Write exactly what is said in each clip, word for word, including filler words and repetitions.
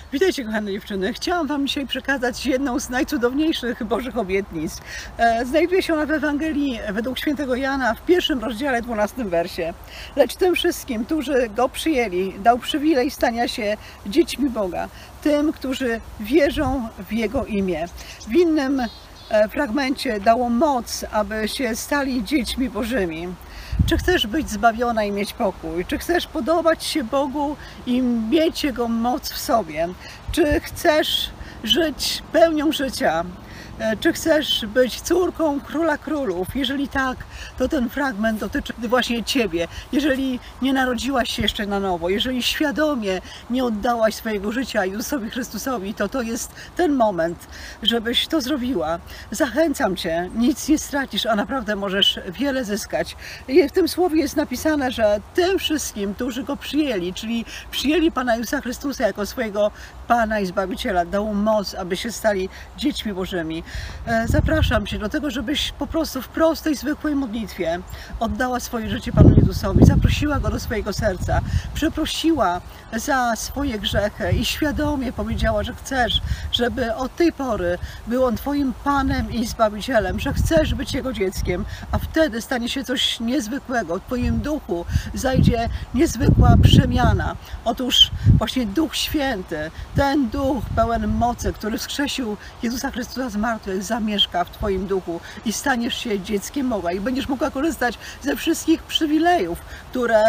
Witajcie, kochane dziewczyny. Chciałam Wam dzisiaj przekazać jedną z najcudowniejszych Bożych obietnic. Znajduje się ona w Ewangelii według świętego Jana w pierwszym rozdziale, dwunastym wersie. Lecz tym wszystkim, którzy Go przyjęli, dał przywilej stania się dziećmi Boga. Tym, którzy wierzą w Jego imię. W innym fragmencie dało moc, aby się stali dziećmi Bożymi. Czy chcesz być zbawiona i mieć pokój? Czy chcesz podobać się Bogu i mieć Jego moc w sobie? Czy chcesz żyć pełnią życia? Czy chcesz być córką Króla Królów? Jeżeli tak, to ten fragment dotyczy właśnie Ciebie. Jeżeli nie narodziłaś się jeszcze na nowo, jeżeli świadomie nie oddałaś swojego życia Jezusowi Chrystusowi, to to jest ten moment, żebyś to zrobiła. Zachęcam Cię, nic nie stracisz, a naprawdę możesz wiele zyskać. I w tym słowie jest napisane, że tym wszystkim, którzy Go przyjęli, czyli przyjęli Pana Jezusa Chrystusa jako swojego Pana i Zbawiciela, dał moc, aby się stali dziećmi Bożymi. Zapraszam Cię do tego, żebyś po prostu w prostej, zwykłej modlitwie oddała swoje życie Panu Jezusowi, zaprosiła Go do swojego serca, przeprosiła za swoje grzechy i świadomie powiedziała, że chcesz, żeby od tej pory był On Twoim Panem i Zbawicielem, że chcesz być Jego dzieckiem, a wtedy stanie się coś niezwykłego. W Twoim duchu zajdzie niezwykła przemiana. Otóż właśnie Duch Święty, ten Duch pełen mocy, który wskrzesił Jezusa Chrystusa z martwych, zamieszka w Twoim duchu i staniesz się dzieckiem Boga i będziesz mogła korzystać ze wszystkich przywilejów, które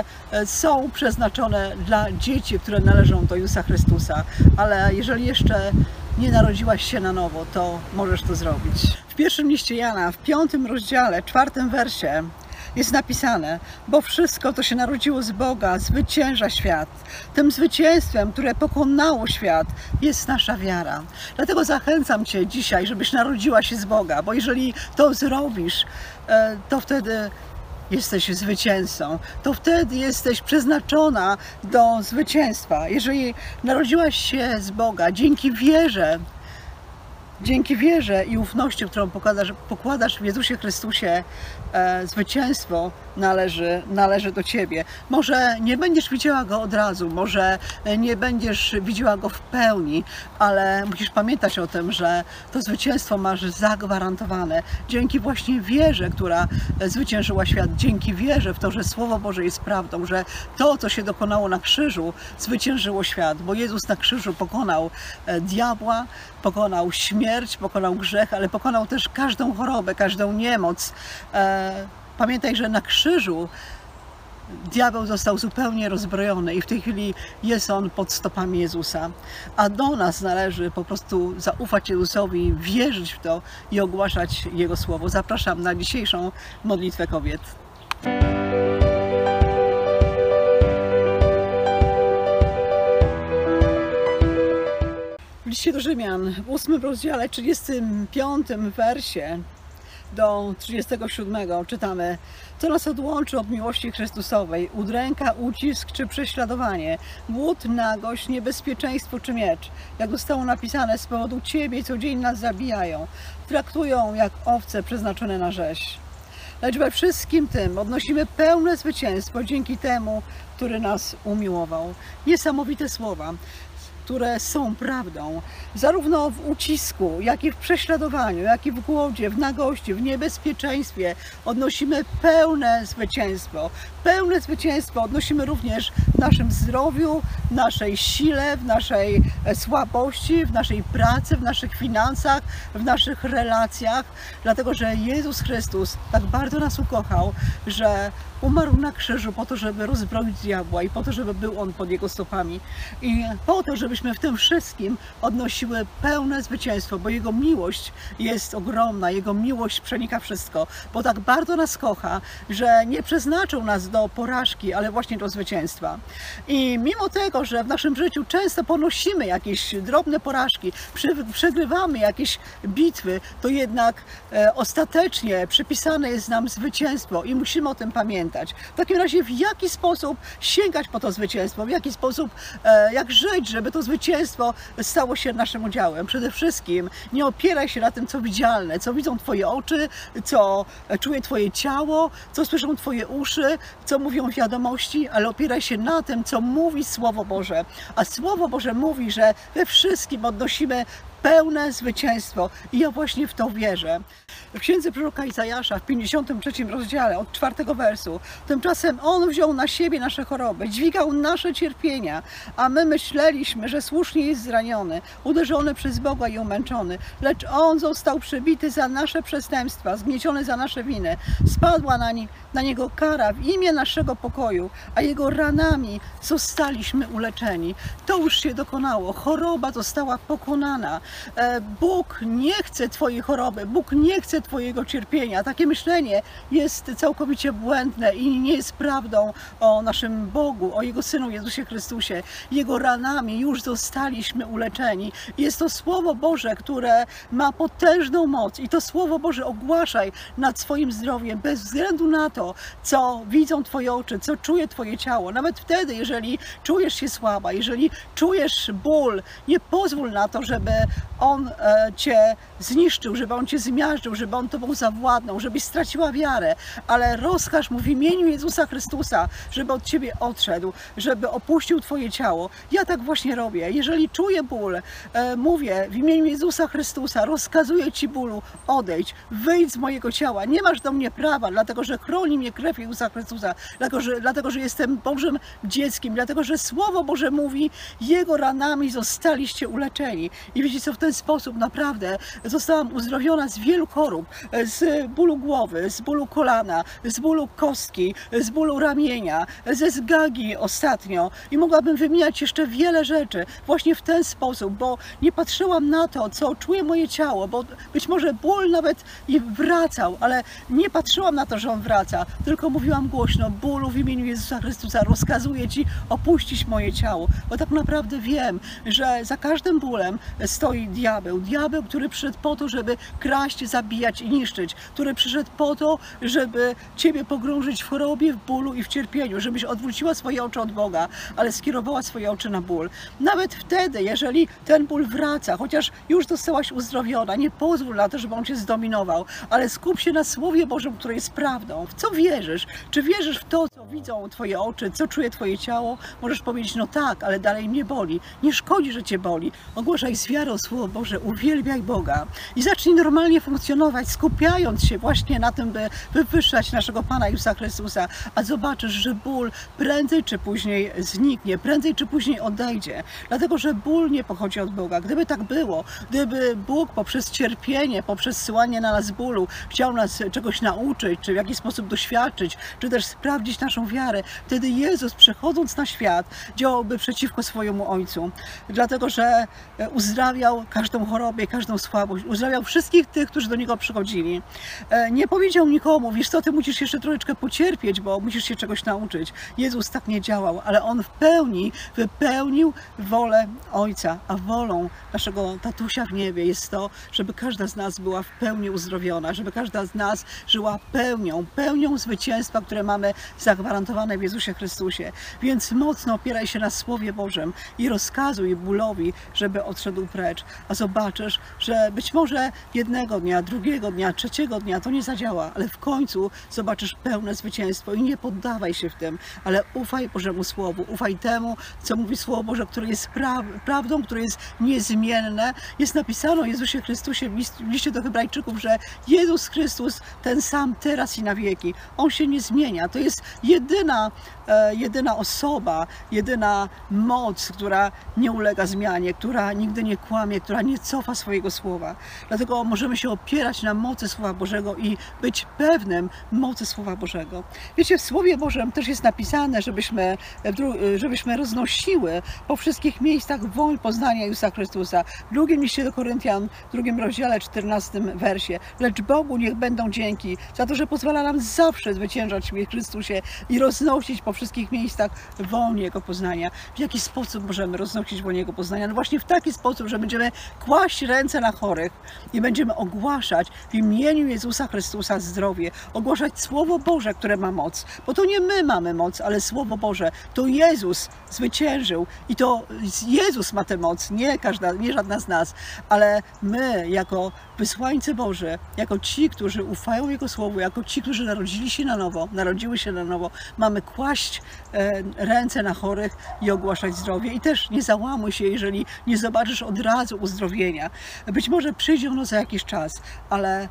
są przeznaczone dla dzieci, które należą do Jezusa Chrystusa. Ale jeżeli jeszcze nie narodziłaś się na nowo, to możesz to zrobić. W pierwszym liście Jana, w piątym rozdziale, czwartym wersie jest napisane: bo wszystko, co się narodziło z Boga, zwycięża świat. Tym zwycięstwem, które pokonało świat, jest nasza wiara. Dlatego zachęcam Cię dzisiaj, żebyś narodziła się z Boga, bo jeżeli to zrobisz, to wtedy jesteś zwycięzcą, to wtedy jesteś przeznaczona do zwycięstwa. Jeżeli narodziłaś się z Boga dzięki wierze, Dzięki wierze i ufności, którą pokładasz, pokładasz w Jezusie Chrystusie, e, zwycięstwo należy, należy do Ciebie. Może nie będziesz widziała Go od razu, może nie będziesz widziała Go w pełni, ale musisz pamiętać o tym, że to zwycięstwo masz zagwarantowane. Dzięki właśnie wierze, która zwyciężyła świat, dzięki wierze w to, że Słowo Boże jest prawdą, że to, co się dokonało na krzyżu, zwyciężyło świat, bo Jezus na krzyżu pokonał diabła, pokonał śmierć, pokonał grzech, ale pokonał też każdą chorobę, każdą niemoc. Pamiętaj, że na krzyżu diabeł został zupełnie rozbrojony i w tej chwili jest on pod stopami Jezusa. A do nas należy po prostu zaufać Jezusowi, wierzyć w to i ogłaszać Jego Słowo. Zapraszam na dzisiejszą modlitwę kobiet. W liście do Rzymian, w ósmym rozdziale, trzydziestym piątym wersie do trzydziestego siódmego czytamy: co nas odłączy od miłości Chrystusowej? Udręka, ucisk czy prześladowanie, głód, nagość, niebezpieczeństwo czy miecz? Jak zostało napisane: z powodu Ciebie codziennie nas zabijają, traktują jak owce przeznaczone na rzeź. Lecz we wszystkim tym odnosimy pełne zwycięstwo dzięki temu, który nas umiłował. Niesamowite słowa, które są prawdą, zarówno w ucisku, jak i w prześladowaniu, jak i w głodzie, w nagości, w niebezpieczeństwie odnosimy pełne zwycięstwo. Pełne zwycięstwo odnosimy również w naszym zdrowiu, w naszej sile, w naszej słabości, w naszej pracy, w naszych finansach, w naszych relacjach, dlatego że Jezus Chrystus tak bardzo nas ukochał, że umarł na krzyżu po to, żeby rozbroić diabła i po to, żeby był On pod Jego stopami i po to, żebyśmy w tym wszystkim odnosiły pełne zwycięstwo, bo Jego miłość jest ogromna, Jego miłość przenika wszystko, bo tak bardzo nas kocha, że nie przeznaczył nas do porażki, ale właśnie do zwycięstwa. I mimo tego, że w naszym życiu często ponosimy jakieś drobne porażki, przegrywamy jakieś bitwy, to jednak e, ostatecznie przypisane jest nam zwycięstwo i musimy o tym pamiętać. pamiętać? W takim razie w jaki sposób sięgać po to zwycięstwo? W jaki sposób, e, jak żyć, żeby to zwycięstwo stało się naszym udziałem? Przede wszystkim nie opieraj się na tym, co widzialne, co widzą Twoje oczy, co czuje Twoje ciało, co słyszą Twoje uszy, co mówią wiadomości, ale opieraj się na tym, co mówi Słowo Boże. A Słowo Boże mówi, że we wszystkim odnosimy pełne zwycięstwo i ja właśnie w to wierzę. W księdze proroka Izajasza w pięćdziesiątym trzecim rozdziale od czwartego wersu: tymczasem On wziął na siebie nasze choroby, dźwigał nasze cierpienia, a my myśleliśmy, że słusznie jest zraniony, uderzony przez Boga i umęczony, lecz On został przybity za nasze przestępstwa, zgnieciony za nasze winy. Spadła na, ni na Niego kara w imię naszego pokoju, a Jego ranami zostaliśmy uleczeni. To już się dokonało, choroba została pokonana. Bóg nie chce Twojej choroby, Bóg nie chce Twojego cierpienia. Takie myślenie jest całkowicie błędne i nie jest prawdą o naszym Bogu, o Jego Synu Jezusie Chrystusie. Jego ranami już zostaliśmy uleczeni. Jest to Słowo Boże, które ma potężną moc i to Słowo Boże ogłaszaj nad swoim zdrowiem, bez względu na to, co widzą Twoje oczy, co czuje Twoje ciało. Nawet wtedy, jeżeli czujesz się słaba, jeżeli czujesz ból, nie pozwól na to, żeby On e, Cię zniszczył, żeby On Cię zmiażdżył, żeby On Tobą zawładnął, żebyś straciła wiarę, ale rozkaż Mu w imieniu Jezusa Chrystusa, żeby od Ciebie odszedł, żeby opuścił Twoje ciało. Ja tak właśnie robię. Jeżeli czuję ból, e, mówię w imieniu Jezusa Chrystusa, rozkazuję Ci bólu, odejdź, wyjdź z mojego ciała. Nie masz do mnie prawa, dlatego że chroni mnie krew Jezusa Chrystusa, dlatego że, dlatego, że jestem Bożym dzieckiem, dlatego że Słowo Boże mówi, Jego ranami zostaliście uleczeni. I wiecie co, w ten sposób naprawdę zostałam uzdrowiona z wielu chorób, z bólu głowy, z bólu kolana, z bólu kostki, z bólu ramienia, ze zgagi ostatnio i mogłabym wymieniać jeszcze wiele rzeczy właśnie w ten sposób, bo nie patrzyłam na to, co czuje moje ciało, bo być może ból nawet i wracał, ale nie patrzyłam na to, że on wraca, tylko mówiłam głośno: bólu w imieniu Jezusa Chrystusa rozkazuję Ci opuścić moje ciało, bo tak naprawdę wiem, że za każdym bólem stoi diabeł, diabeł, który przyszedł po to, żeby kraść, zabijać i niszczyć, który przyszedł po to, żeby Ciebie pogrążyć w chorobie, w bólu i w cierpieniu, żebyś odwróciła swoje oczy od Boga, ale skierowała swoje oczy na ból. Nawet wtedy, jeżeli ten ból wraca, chociaż już zostałaś uzdrowiona, nie pozwól na to, żeby on Cię zdominował, ale skup się na Słowie Bożym, które jest prawdą. W co wierzysz? Czy wierzysz w to, co widzą Twoje oczy, co czuje Twoje ciało? Możesz powiedzieć: no tak, ale dalej mnie boli. Nie szkodzi, że Cię boli. Ogłaszaj z wiarą Słowo Boże, uwielbiaj Boga i zacznij normalnie funkcjonować, skupiając się właśnie na tym, by wywyższać naszego Pana Jezusa Chrystusa, a zobaczysz, że ból prędzej czy później zniknie, prędzej czy później odejdzie, dlatego że ból nie pochodzi od Boga. Gdyby tak było, gdyby Bóg poprzez cierpienie, poprzez zsyłanie na nas bólu chciał nas czegoś nauczyć, czy w jakiś sposób doświadczyć, czy też sprawdzić naszą wiarę, wtedy Jezus, przechodząc na świat, działałby przeciwko swojemu Ojcu, dlatego że uzdrawiał każdą chorobę, każdą słabość, uzdrawiał wszystkich tych, którzy do Niego przychodzili. Nie powiedział nikomu: wiesz co, Ty musisz jeszcze troszeczkę pocierpieć, bo musisz się czegoś nauczyć. Jezus tak nie działał, ale On w pełni wypełnił wolę Ojca, a wolą naszego tatusia w niebie jest to, żeby każda z nas była w pełni uzdrowiona, żeby każda z nas żyła pełnią, pełnią zwycięstwa, które mamy zagwarantowane w Jezusie Chrystusie. Więc mocno opieraj się na Słowie Bożym i rozkazuj bólowi, żeby odszedł precz. A zobaczysz, że być może jednego dnia, drugiego dnia, trzeciego dnia to nie zadziała, ale w końcu zobaczysz pełne zwycięstwo i nie poddawaj się w tym, ale ufaj Bożemu Słowu, ufaj temu, co mówi Słowo Boże, które jest pra prawdą, które jest niezmienne. Jest napisane o Jezusie Chrystusie w, list w liście do Hebrajczyków, że Jezus Chrystus ten sam teraz i na wieki. On się nie zmienia. To jest jedyna, e, jedyna osoba, jedyna moc, która nie ulega zmianie, która nigdy nie kłamie, która nie cofa swojego słowa. Dlatego możemy się opierać na mocy Słowa Bożego i być pewnym mocy Słowa Bożego. Wiecie, w Słowie Bożym też jest napisane, żebyśmy, żebyśmy roznosiły po wszystkich miejscach woń poznania Jezusa Chrystusa. W drugim liście do Koryntian, w drugim rozdziale, czternastym wersie. Lecz Bogu niech będą dzięki za to, że pozwala nam zawsze zwyciężać w Chrystusie, i roznosić po wszystkich miejscach woń Jego poznania. W jaki sposób możemy roznosić woń Jego poznania? No właśnie w taki sposób, że będziemy kłaść ręce na chorych i będziemy ogłaszać w imieniu Jezusa Chrystusa zdrowie, ogłaszać Słowo Boże, które ma moc, bo to nie my mamy moc, ale Słowo Boże, to Jezus zwyciężył i to Jezus ma tę moc, nie każda, nie żadna z nas, ale my jako wysłańcy Boży, jako ci, którzy ufają Jego Słowu, jako ci, którzy narodzili się na nowo, narodziły się na nowo, mamy kłaść e, ręce na chorych i ogłaszać zdrowie. I też nie załamuj się, jeżeli nie zobaczysz od razu uzdrowienia. Być może przyjdzie ono za jakiś czas, ale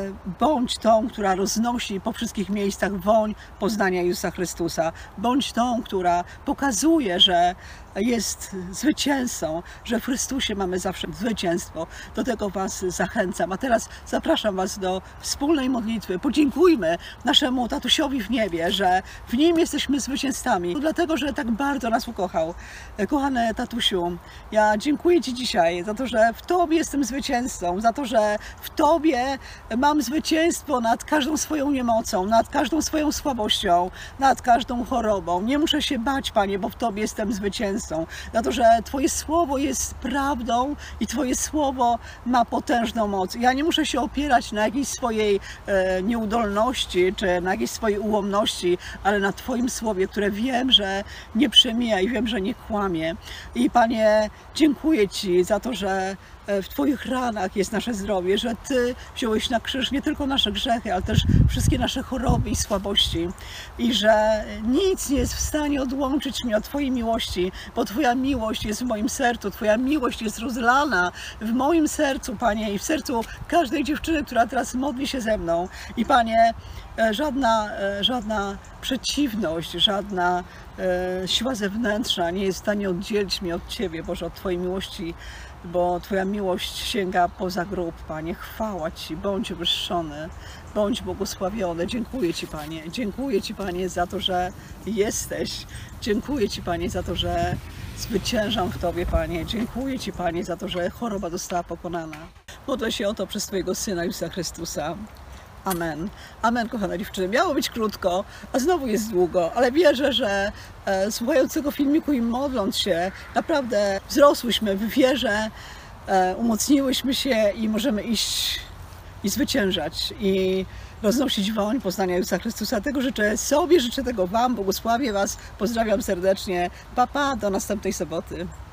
bądź tą, która roznosi po wszystkich miejscach woń poznania Jezusa Chrystusa. Bądź tą, która pokazuje, że jest zwycięzcą, że w Chrystusie mamy zawsze zwycięstwo. Do tego Was zachęcam. A teraz zapraszam Was do wspólnej modlitwy. Podziękujmy naszemu tatusiowi w niebie, że w Nim jesteśmy zwycięzcami. Dlatego, że tak bardzo nas ukochał. Kochany tatusiu, ja dziękuję Ci dzisiaj za to, że w Tobie jestem zwycięzcą, za to, że w Tobie mam zwycięstwo nad każdą swoją niemocą, nad każdą swoją słabością, nad każdą chorobą. Nie muszę się bać, Panie, bo w Tobie jestem zwycięzcą. Za to, że Twoje Słowo jest prawdą i Twoje Słowo ma potężną moc. Ja nie muszę się opierać na jakiejś swojej e, nieudolności, czy na jakiejś swojej ułomności, ale na Twoim Słowie, które wiem, że nie przemija i wiem, że nie kłamie. I Panie, dziękuję Ci za to, że w Twoich ranach jest nasze zdrowie, że Ty wziąłeś na krzyż nie tylko nasze grzechy, ale też wszystkie nasze choroby i słabości i że nic nie jest w stanie odłączyć mnie od Twojej miłości, bo Twoja miłość jest w moim sercu, Twoja miłość jest rozlana w moim sercu, Panie, i w sercu każdej dziewczyny, która teraz modli się ze mną. I Panie, żadna, żadna przeciwność, żadna e, siła zewnętrzna nie jest w stanie oddzielić mnie od Ciebie, Boże, od Twojej miłości, bo Twoja miłość sięga poza grób, Panie. Chwała Ci, bądź wywyższony, bądź błogosławiony. Dziękuję Ci, Panie. Dziękuję Ci, Panie, za to, że jesteś. Dziękuję Ci, Panie, za to, że zwyciężam w Tobie, Panie. Dziękuję Ci, Panie, za to, że choroba została pokonana. Modlę się o to przez Twojego Syna Jezusa Chrystusa. Amen. Amen, kochane dziewczyny. Miało być krótko, a znowu jest długo, ale wierzę, że e, słuchając tego filmiku i modląc się, naprawdę wzrosłyśmy w wierze, e, umocniłyśmy się i możemy iść i zwyciężać i roznosić woń poznania Jezusa Chrystusa. Tego życzę sobie, życzę tego Wam, błogosławię Was, pozdrawiam serdecznie. Pa, pa, do następnej soboty.